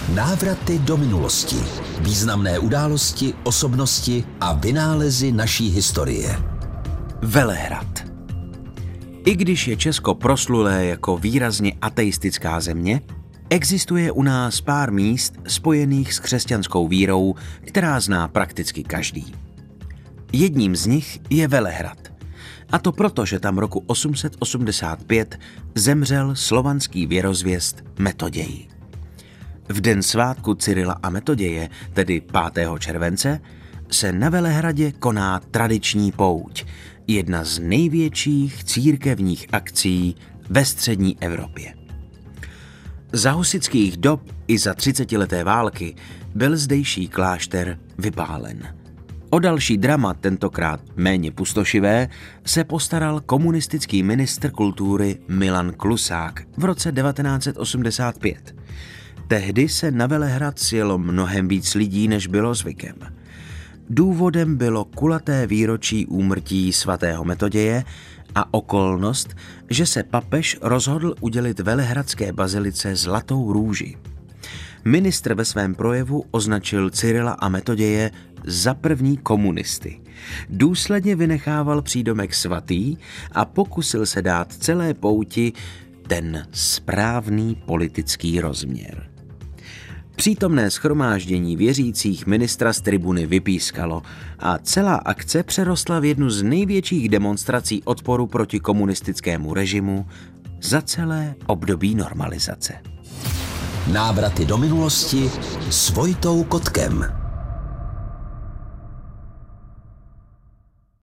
Návraty do minulosti. Významné události, osobnosti a vynálezy naší historie. Velehrad. I když je Česko proslulé jako výrazně ateistická země, existuje u nás pár míst spojených s křesťanskou vírou, která zná prakticky každý. Jedním z nich je Velehrad. A to proto, že tam roku 885 zemřel slovanský věrozvěst Metoděj. V den svátku Cyrila a Metoděje, tedy 5. července, se na Velehradě koná tradiční pouť, jedna z největších církevních akcí ve střední Evropě. Za husitských dob i za 30leté války byl zdejší klášter vypálen. O další drama, tentokrát méně pustošivé, se postaral komunistický ministr kultury Milan Klusák v roce 1985. Tehdy se na Velehrad sjelo mnohem víc lidí, než bylo zvykem. Důvodem bylo kulaté výročí úmrtí svatého Metoděje a okolnost, že se papež rozhodl udělit velehradské bazilice zlatou růži. Ministr ve svém projevu označil Cyrila a Metoděje za první komunisty. Důsledně vynechával přídomek svatý a pokusil se dát celé pouti ten správný politický rozměr. Přítomné shromáždění věřících ministra z tribuny vypískalo a celá akce přerostla v jednu z největších demonstrací odporu proti komunistickému režimu za celé období normalizace. Návraty do minulosti s Vojtou Kotkem.